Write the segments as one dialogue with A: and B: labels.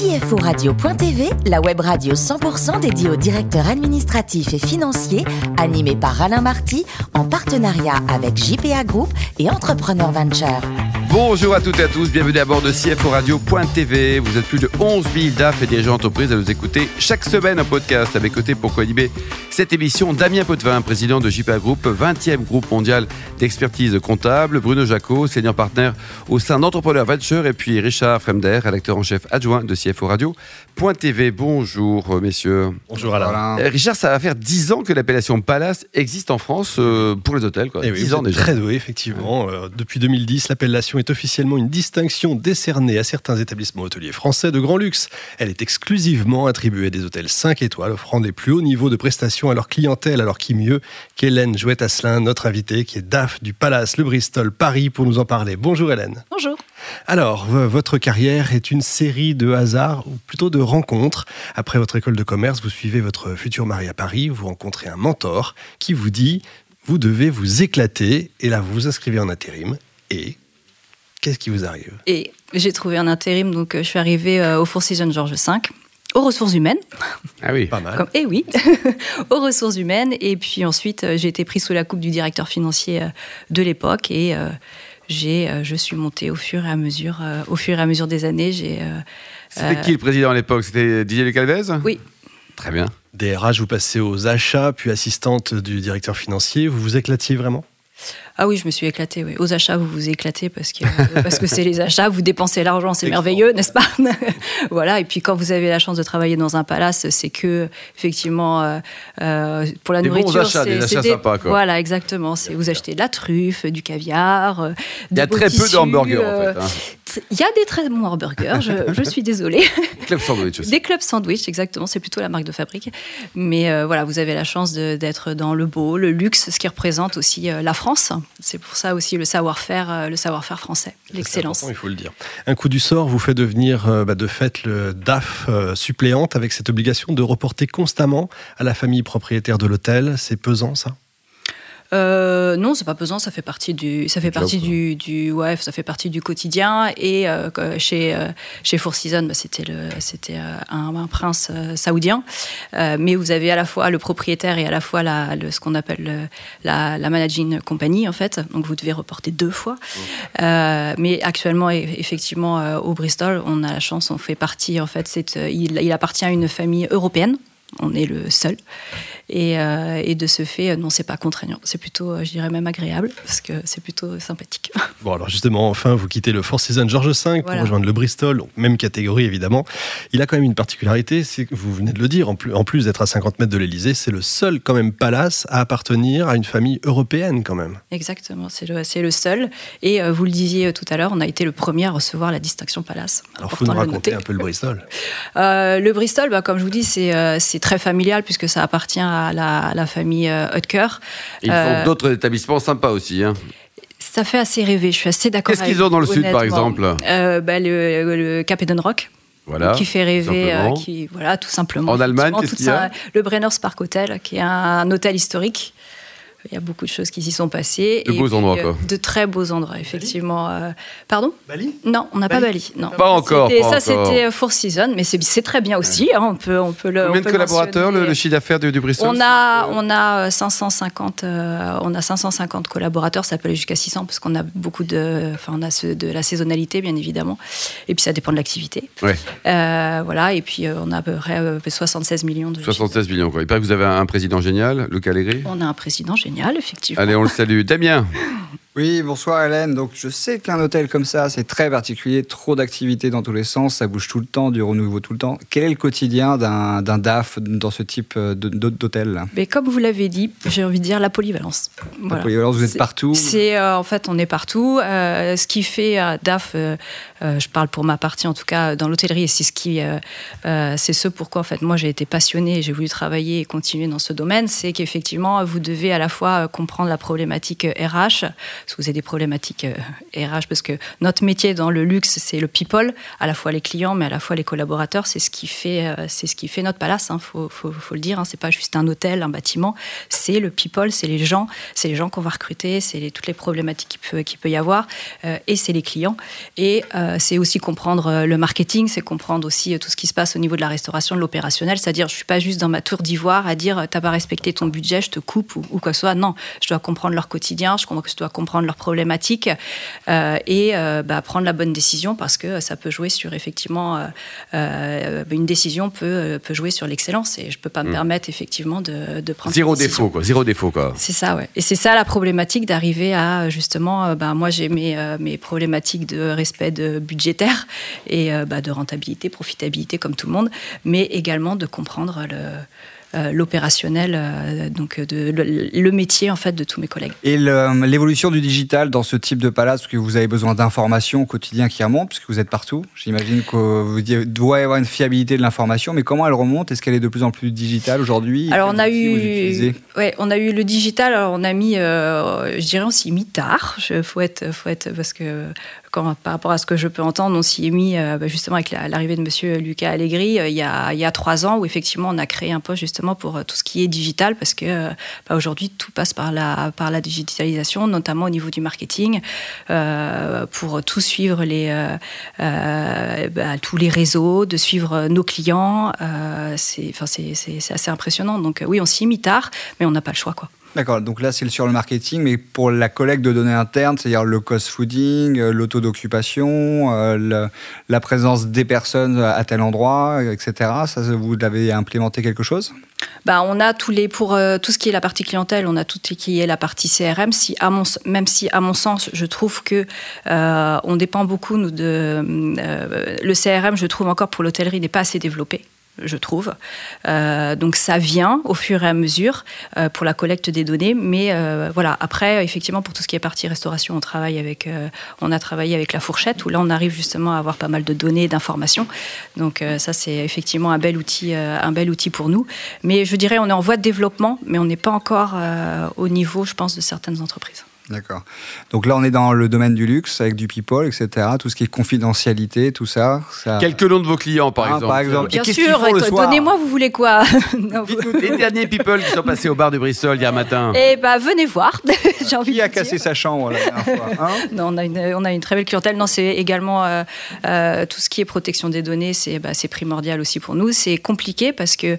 A: CFORadio.tv, la web radio 100% dédiée aux directeurs administratifs et financiers, animée par Alain Marty, en partenariat avec JPA Group et Entrepreneur Venture.
B: Bonjour à toutes et à tous, bienvenue à bord de CFORadio.tv. Vous êtes plus de 11 000 DAF et dirigeants d'entreprise à nous écouter chaque semaine en podcast. À mes côtés pour co-animer cette émission, Damien Potvin, président de JPA Group, 20e groupe mondial d'expertise comptable, Bruno Jacot, senior partner au sein d'Entrepreneur Venture, et puis Richard Fremder, rédacteur en chef adjoint de CFORadio.tv. Bonjour messieurs.
C: Bonjour Alain.
B: Richard, ça va faire 10 ans que l'appellation Palace existe en France pour les hôtels. 10 ans déjà.
C: Très doué, effectivement. Depuis 2010, l'appellation est officiellement une distinction décernée à certains établissements hôteliers français de grand luxe. Elle est exclusivement attribuée à des hôtels 5 étoiles, offrant des plus hauts niveaux de prestations à leur clientèle. Alors qui mieux qu'Hélène Jouet-Asselin, notre invitée, qui est DAF du Palace, le Bristol, Paris, pour nous en parler. Bonjour Hélène.
D: Bonjour.
C: Alors, votre carrière est une série de hasards, ou plutôt de rencontres. Après votre école de commerce, vous suivez votre futur mari à Paris, vous rencontrez un mentor qui vous dit « vous devez vous éclater ». Et là, vous vous inscrivez en intérim. Et qu'est-ce qui vous arrive ?
D: Et j'ai trouvé un intérim, donc je suis arrivée au Four Seasons Georges V, aux ressources humaines.
B: Ah oui,
C: pas mal.
D: Oui, aux ressources humaines. Et puis ensuite, j'ai été prise sous la coupe du directeur financier de l'époque et je suis montée au fur et à mesure des années.
B: C'était qui le président à l'époque ? C'était Didier Le Calvez ?
D: Oui.
B: Très bien.
C: DRH, vous passez aux achats, puis assistante du directeur financier. Vous vous éclatiez vraiment ?
D: Ah oui, je me suis éclatée. Oui. Aux achats, vous vous éclatez parce que c'est les achats, vous dépensez l'argent, c'est merveilleux, n'est-ce pas ? Voilà. Et puis quand vous avez la chance de travailler dans un palace, c'est que effectivement pour la nourriture,
B: bons achats, des achats sympas, quoi.
D: Voilà, exactement. Vous achetez de la truffe, du caviar.
B: Il y a très peu de hamburgers en fait.
D: Il y a des très bons hamburgers, je suis désolée.
B: Club Sandwich aussi.
D: Des clubs sandwich, exactement, c'est plutôt la marque de fabrique. Mais voilà, vous avez la chance d'être dans le beau, le luxe, ce qui représente aussi la France. C'est pour ça aussi le savoir-faire français, l'excellence.
C: Il faut le dire. Un coup du sort vous fait devenir de fait le DAF suppléante avec cette obligation de reporter constamment à la famille propriétaire de l'hôtel. C'est pesant ça ?
D: Non, c'est pas pesant, ça fait partie du quotidien. Et chez Four Seasons, c'était un prince saoudien, mais vous avez à la fois le propriétaire et à la fois ce qu'on appelle la managing company en fait. Donc vous devez reporter 2 fois. Mais actuellement, effectivement, au Bristol, on a la chance, on fait partie en fait. Il appartient à une famille européenne. On est le seul. Et de ce fait, non, c'est pas contraignant. C'est plutôt, je dirais même agréable, parce que c'est plutôt sympathique.
C: Bon, alors justement, enfin, vous quittez le Four Seasons Georges V pour rejoindre le Bristol, donc même catégorie évidemment. Il a quand même une particularité, c'est que vous venez de le dire, en plus d'être à 50 mètres de l'Élysée, c'est le seul quand même palace à appartenir à une famille européenne quand même.
D: Exactement, c'est le seul. Et vous le disiez tout à l'heure, on a été le premier à recevoir la distinction Palace.
C: Alors, il faut nous raconter un peu le Bristol.
D: Le Bristol, comme je vous dis, c'est très familial puisque ça appartient à la famille Hutker.
B: Ils font d'autres établissements sympas aussi. Hein.
D: Ça fait assez rêver, je suis assez d'accord avec vous.
B: Qu'est-ce qu'ils ont dans le sud, par exemple ?
D: Le Cap Edenrock.
B: Voilà,
D: qui fait rêver, tout simplement.
B: En Allemagne, qu'est-ce qu'il y a ?
D: Le Brenners Park Hotel, qui est un hôtel historique. Il y a beaucoup de choses qui s'y sont passées.
B: De beaux endroits, quoi.
D: De très beaux endroits, effectivement. Pardon ?
C: Bali ?
D: Non, on n'a pas Bali. Non.
B: Pas encore.
D: C'était Four Seasons, mais c'est très bien aussi. Hein, on peut le.
B: Combien de collaborateurs, le chiffre d'affaires du Bristol ?
D: On a 550 collaborateurs. Ça peut aller jusqu'à 600 parce qu'on a beaucoup on a de la saisonnalité, bien évidemment. Et puis ça dépend de l'activité.
B: Ouais.
D: Voilà. Et puis on a à peu près 76 millions de.
B: 76 millions, quoi. Il paraît que vous avez un président génial, Luc Allegri.
D: On a un président génial. Effectivement.
B: Allez, on le salue. Damien.
E: Oui, bonsoir Hélène. Donc je sais qu'un hôtel comme ça, c'est très particulier, trop d'activités dans tous les sens, ça bouge tout le temps, du renouveau tout le temps. Quel est le quotidien d'un DAF dans ce type d'hôtel ?
D: Mais comme vous l'avez dit, j'ai envie de dire la polyvalence.
E: Voilà. La polyvalence, vous êtes partout ?
D: En fait, on est partout. Ce qui fait DAF, je parle pour ma partie en tout cas dans l'hôtellerie, et c'est ce pourquoi en fait moi j'ai été passionnée et j'ai voulu travailler et continuer dans ce domaine, c'est qu'effectivement vous devez à la fois comprendre la problématique RH. Parce que vous avez des problématiques RH, parce que notre métier dans le luxe, c'est le people, à la fois les clients, mais à la fois les collaborateurs. C'est ce qui fait notre palace. Faut le dire. C'est pas juste un hôtel, un bâtiment. C'est le people, c'est les gens qu'on va recruter, c'est toutes les problématiques qu'il peut y avoir, et c'est les clients. Et c'est aussi comprendre le marketing, c'est comprendre aussi tout ce qui se passe au niveau de la restauration, de l'opérationnel. C'est-à-dire, je ne suis pas juste dans ma tour d'ivoire à dire tu n'as pas respecté ton budget, je te coupe ou quoi que ce soit. Non, je dois comprendre leur quotidien, je dois comprendre leurs problématiques et prendre la bonne décision parce que ça peut jouer sur effectivement une décision peut jouer sur l'excellence et je ne peux pas me permettre effectivement de prendre
B: zéro défaut quoi.
D: C'est ça, ouais. Et c'est ça la problématique d'arriver à justement, moi j'ai mes problématiques de respect budgétaire et de rentabilité, profitabilité comme tout le monde, mais également de comprendre l'opérationnel, donc le métier en fait de tous mes collègues.
E: Et l'évolution du digital dans ce type de palace, parce que vous avez besoin d'informations au quotidien qui remontent, puisque vous êtes partout. J'imagine qu'il doit y avoir une fiabilité de l'information, mais comment elle remonte ? Est-ce qu'elle est de plus en plus digitale aujourd'hui ?
D: Alors on a eu le digital. Alors on a mis, je dirais, on s'y est mis tard. Faut être parce que par rapport à ce que je peux entendre, on s'y est mis justement avec l'arrivée de Monsieur Luca Allegri il y a 3 ans où effectivement on a créé un poste justement pour tout ce qui est digital parce que aujourd'hui tout passe par la digitalisation, notamment au niveau du marketing, pour tout suivre tous les réseaux, de suivre nos clients. C'est assez impressionnant. Donc oui, on s'y est mis tard, mais on n'a pas le choix quoi.
E: D'accord, donc là c'est sur le marketing, mais pour la collecte de données internes, c'est-à-dire le cost fooding, le taux d'occupation, la présence des personnes à tel endroit, etc. Ça, vous avez implémenté quelque chose ?
D: On a pour tout ce qui est la partie clientèle, on a tout ce qui est la partie CRM. Même si à mon sens, je trouve que on dépend beaucoup le CRM, je trouve encore pour l'hôtellerie n'est pas assez développé. Je trouve. Donc ça vient au fur et à mesure pour la collecte des données, mais voilà. Après, effectivement, pour tout ce qui est partie restauration, on a travaillé avec la fourchette, où là on arrive justement à avoir pas mal de données et d'informations. Donc ça, c'est effectivement un bel outil pour nous. Mais je dirais, on est en voie de développement, mais on n'est pas encore au niveau, je pense, de certaines entreprises.
E: D'accord. Donc là, on est dans le domaine du luxe, avec du people, etc. Tout ce qui est confidentialité, tout ça.
B: Quelques noms de vos clients, par exemple.
D: Bien sûr, donnez-moi, vous voulez quoi ?
B: Les derniers people qui sont passés au bar de Bristol hier matin.
D: Eh venez voir. J'ai envie
E: qui a cassé sa chambre la dernière fois
D: Non, on a une très belle clientèle. Non, c'est également tout ce qui est protection des données, c'est primordial aussi pour nous. C'est compliqué parce que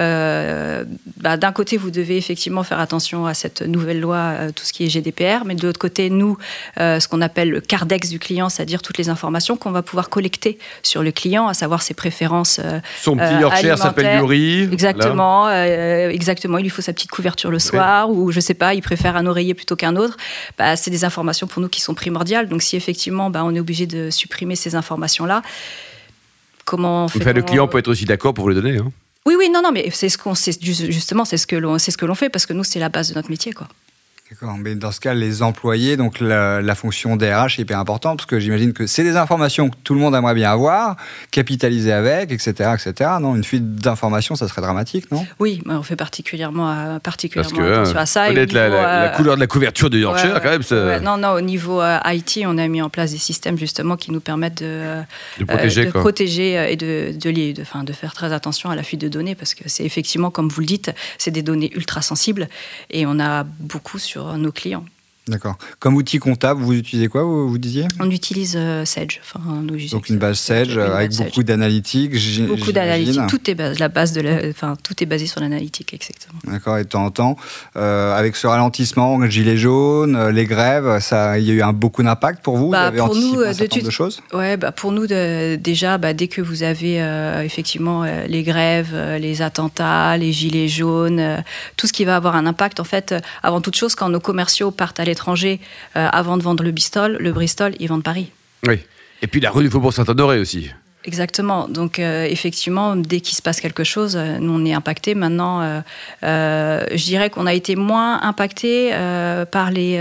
D: d'un côté, vous devez effectivement faire attention à cette nouvelle loi, tout ce qui est GDPR. Mais de l'autre côté, nous, ce qu'on appelle le cardex du client, c'est-à-dire toutes les informations qu'on va pouvoir collecter sur le client, à savoir ses préférences
B: son petit Yorkshire s'appelle Yuri.
D: Exactement, exactement. Il lui faut sa petite couverture le soir, ou je sais pas, il préfère un oreiller plutôt qu'un autre. C'est des informations pour nous qui sont primordiales. Donc si effectivement, on est obligé de supprimer ces informations-là, comment on fait ?
B: Le client peut être aussi d'accord pour vous les donner. Hein.
D: Oui, non, mais c'est ce que l'on fait parce que nous, c'est la base de notre métier, quoi.
E: D'accord, mais dans ce cas, les employés, donc la fonction DRH est hyper importante, parce que j'imagine que c'est des informations que tout le monde aimerait bien avoir, capitaliser avec, etc. Non, une fuite d'informations, ça serait dramatique, non ?
D: Oui, mais on fait particulièrement
B: que,
D: attention à ça.
B: Peut-être la couleur de la couverture de Yorkshire, quand même.
D: Non, au niveau IT, on a mis en place des systèmes justement qui nous permettent de protéger et de faire très attention à la fuite de données, parce que c'est effectivement, comme vous le dites, c'est des données ultra sensibles, et on a beaucoup sur nos clients.
E: D'accord. Comme outil comptable, vous utilisez quoi, vous disiez ?
D: On utilise Sage.
E: Donc une base Sage avec beaucoup d'analytiques.
D: Beaucoup d'analytiques. Tout est tout est basé sur l'analytique, exactement.
E: D'accord. Et de temps en temps, avec ce ralentissement, gilets jaunes, les grèves, il y a eu beaucoup d'impact pour vous. Vous avez anticipé un certain nombre de choses ?
D: Ouais, pour nous, déjà, dès que vous avez effectivement les grèves, les attentats, les gilets jaunes, tout ce qui va avoir un impact, en fait, avant toute chose, quand nos commerciaux partent à l'étranger, avant de vendre le Bristol, ils vendent Paris.
B: Oui. Et puis la rue du Faubourg Saint-Honoré aussi.
D: Exactement. Donc, effectivement, dès qu'il se passe quelque chose, nous, on est impactés. Maintenant, je dirais qu'on a été moins impactés par les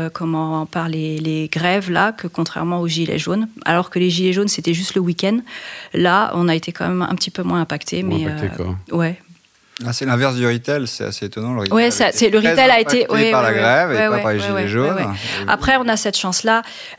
D: grèves, là, que contrairement aux gilets jaunes. Alors que les gilets jaunes, c'était juste le week-end. Là, on a été quand même un petit peu moins impactés. Ouais.
E: C'est l'inverse du retail, c'est assez étonnant. Le
D: retail a été
E: par la grève et pas par les gilets jaunes.
D: Après, on a cette chance-là.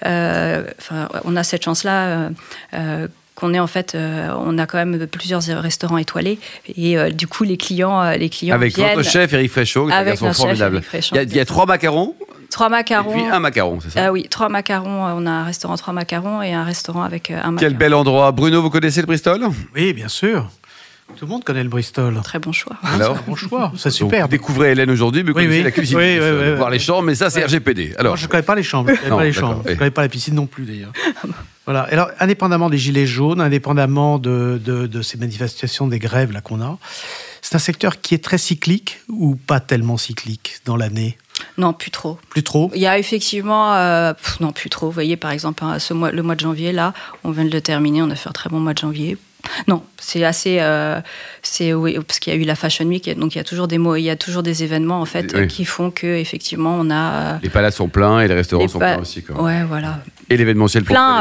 D: Qu'on est en fait, on a quand même plusieurs restaurants étoilés, et du coup les clients
B: avec
D: viennent.
B: Avec notre chef Eric Fréchaud, qui est un garçon formidable. Il y a 3 macarons.
D: 3 macarons.
B: Et puis un macaron, c'est ça?
D: Oui, 3 macarons. On a un restaurant 3 macarons et un restaurant avec un macaron.
B: Quel bel endroit. Bruno, vous connaissez le Bristol?
F: Oui, bien sûr. Tout le monde connaît le Bristol.
D: Très bon choix.
B: Alors,
F: C'est un bon choix, c'est super.
B: Donc, vous découvrez Hélène aujourd'hui, mais vous connaissez la cuisine.
F: Oui,
B: voir les chambres, mais ça, c'est RGPD. Alors,
F: Moi, je ne connais pas les chambres. Je ne connais pas la piscine non plus, d'ailleurs. Voilà. Alors, indépendamment des gilets jaunes, indépendamment de ces manifestations, des grèves là qu'on a, c'est un secteur qui est très cyclique ou pas tellement cyclique dans l'année?
D: Non, plus trop.
F: Plus trop?
D: Il y a effectivement... non, plus trop. Vous voyez, par exemple, le mois de janvier, là, on vient de le terminer. On a fait un très bon mois de janvier. Non, c'est assez... oui, parce qu'il y a eu la Fashion Week, donc il y a toujours des événements, en fait, qui font qu'effectivement, on a...
B: les palaces sont pleins et les restaurants sont pleins aussi. Quoi.
D: Ouais, voilà.
B: Et l'événementiel
D: plein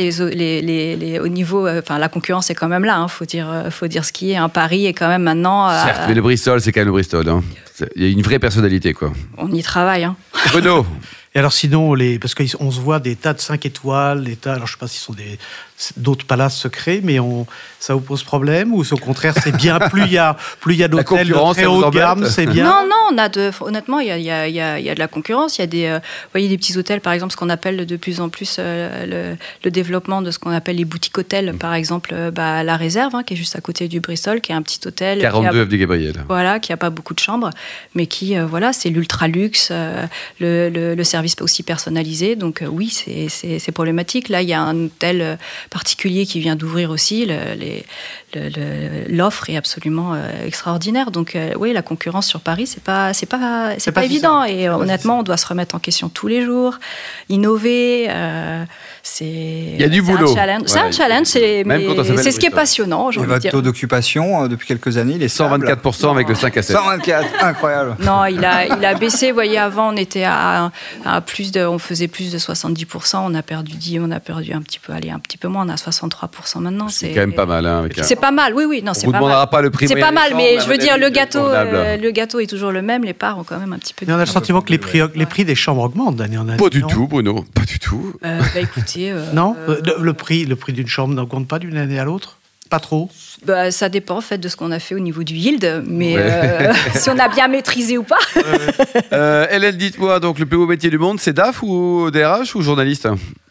D: au niveau... la concurrence est quand même là, faut dire ce qui est. Paris est quand même maintenant...
B: Certes, mais le Bristol, c'est quand même le Bristol. Hein. Il y a une vraie personnalité, quoi.
D: On y travaille.
B: Bruno.
F: Et alors sinon, parce qu'on se voit des tas de 5 étoiles, alors je ne sais pas s'ils sont d'autres palaces secrets, mais ça vous pose problème ou au contraire, c'est bien, plus il y a d'hôtels de très haut de gamme, c'est bien?
D: Non, honnêtement, il y a de la concurrence. Il y a vous voyez, des petits hôtels, par exemple, ce qu'on appelle de plus en plus le développement de ce qu'on appelle les boutiques hôtels, par exemple, la Réserve, qui est juste à côté du Bristol, qui est un petit hôtel.
B: 42 avenue Gabriel.
D: Voilà, qui n'a pas beaucoup de chambres, mais qui, c'est l'ultra luxe, le service aussi personnalisé. Donc oui, c'est problématique. Là, il y a un hôtel particulier qui vient d'ouvrir aussi. L'offre est absolument extraordinaire. Donc oui, la concurrence sur Paris, c'est pas évident. Et honnêtement, on doit se remettre en question tous les jours, innover. Il
B: y a du boulot.
D: C'est un challenge, c'est ce qui est passionnant.
E: Et votre taux d'occupation depuis quelques années, il est
B: 124% avec le 5 à 7.
E: 124, incroyable.
D: Non, il a baissé. Vous voyez, avant, on était on faisait plus de 70%. On a perdu un petit peu moins. On a 63% maintenant.
B: C'est quand même pas mal.
D: C'est pas mal. Oui, non, c'est pas mal.
B: On ne vous demandera pas le prix.
D: C'est pas mal, mais je veux dire, le gâteau est toujours le même. Les parts ont quand même un petit peu.
F: Mais on a le sentiment que les prix des chambres augmentent d'année en année.
B: Pas du tout, Bruno. Pas du tout.
D: Écoutez.
F: Non, le prix d'une chambre n'augmente pas d'une année à l'autre? Pas trop?
D: Ça dépend en fait de ce qu'on a fait au niveau du yield, mais si on a bien maîtrisé ou pas.
B: Hélène, dites-moi, donc le plus beau métier du monde, c'est DAF ou DRH ou journaliste?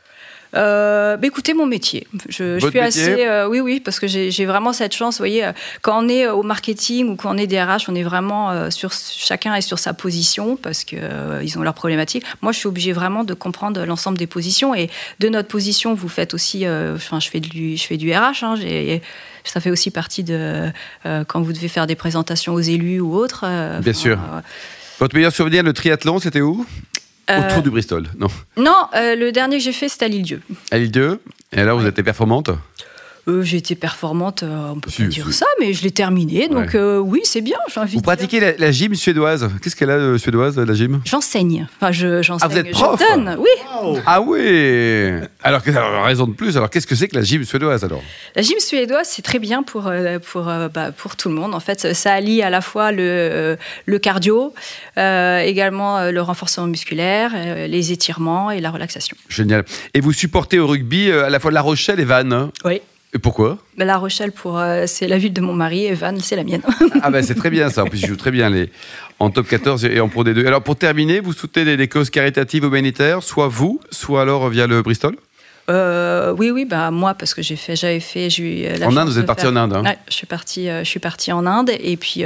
D: Écoutez, mon métier. Je suis assez... oui, parce que j'ai vraiment cette chance. Vous voyez, quand on est au marketing ou quand on est DRH, on est vraiment chacun est sur sa position parce qu'ils ont leurs problématiques. Moi, je suis obligée vraiment de comprendre l'ensemble des positions. Et de notre position, vous faites aussi... je fais du RH. Ça fait aussi partie de... quand vous devez faire des présentations aux élus ou autres.
B: Bien sûr. Votre meilleur souvenir, le triathlon, c'était où? Autour du Bristol, non? Non,
D: le dernier que j'ai fait, c'était à l'Île-Dieu.
B: À l'Île-Dieu? Et alors, vous étiez performante?
D: J'ai été performante, on peut pas dire ça, mais je l'ai terminé, donc oui, c'est bien.
B: Vous pratiquez la gym suédoise? Qu'est-ce qu'elle a de suédoise, la gym?
D: J'enseigne. J'enseigne.
B: Vous êtes prof?
D: Je donne, oui.
B: Wow. Ah oui. Alors, raison de plus. Alors, qu'est-ce que c'est que la gym suédoise alors?
D: La gym suédoise, c'est très bien pour tout le monde. En fait, ça allie à la fois le cardio, également le renforcement musculaire, les étirements et la relaxation.
B: Génial. Et vous supportez au rugby à la fois La Rochelle et Vannes?
D: Oui.
B: Et pourquoi?
D: La Rochelle, c'est la ville de mon mari, et Vannes, c'est la mienne.
B: C'est très bien ça. En plus, ils jouent très bien en top 14 et en Pro D2. Alors, pour terminer, vous soutenez des causes caritatives humanitaires, soit vous, soit alors via le Bristol?
D: Oui, moi, parce que j'ai eu la
B: en Inde, vous êtes parti en Inde, hein?
D: Ouais, je suis partie en Inde, et puis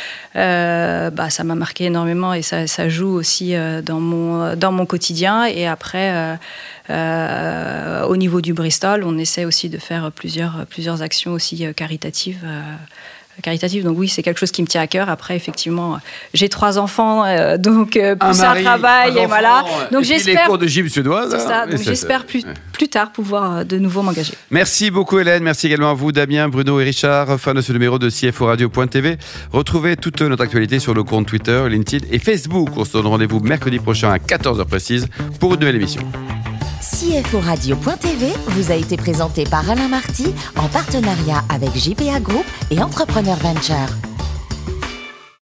D: ça m'a marqué énormément, et ça joue aussi dans mon quotidien. Et après, au niveau du Bristol, on essaie aussi de faire plusieurs actions aussi caritatives. Donc oui, c'est quelque chose qui me tient à cœur. Après, effectivement, j'ai 3 enfants, donc plus un travail, et voilà. Donc j'espère.
B: Les cours de gym suédoise.
D: C'est ça. Donc j'espère plus tard pouvoir de nouveau m'engager.
B: Merci beaucoup, Hélène. Merci également à vous, Damien, Bruno et Richard. Fin de ce numéro de CFO Radio.tv. Retrouvez toute notre actualité sur le compte Twitter, LinkedIn et Facebook. On se donne rendez-vous mercredi prochain à 14h précise pour une nouvelle émission.
A: CFO Radio.tv vous a été présenté par Alain Marty en partenariat avec JPA Group et Entrepreneur Venture.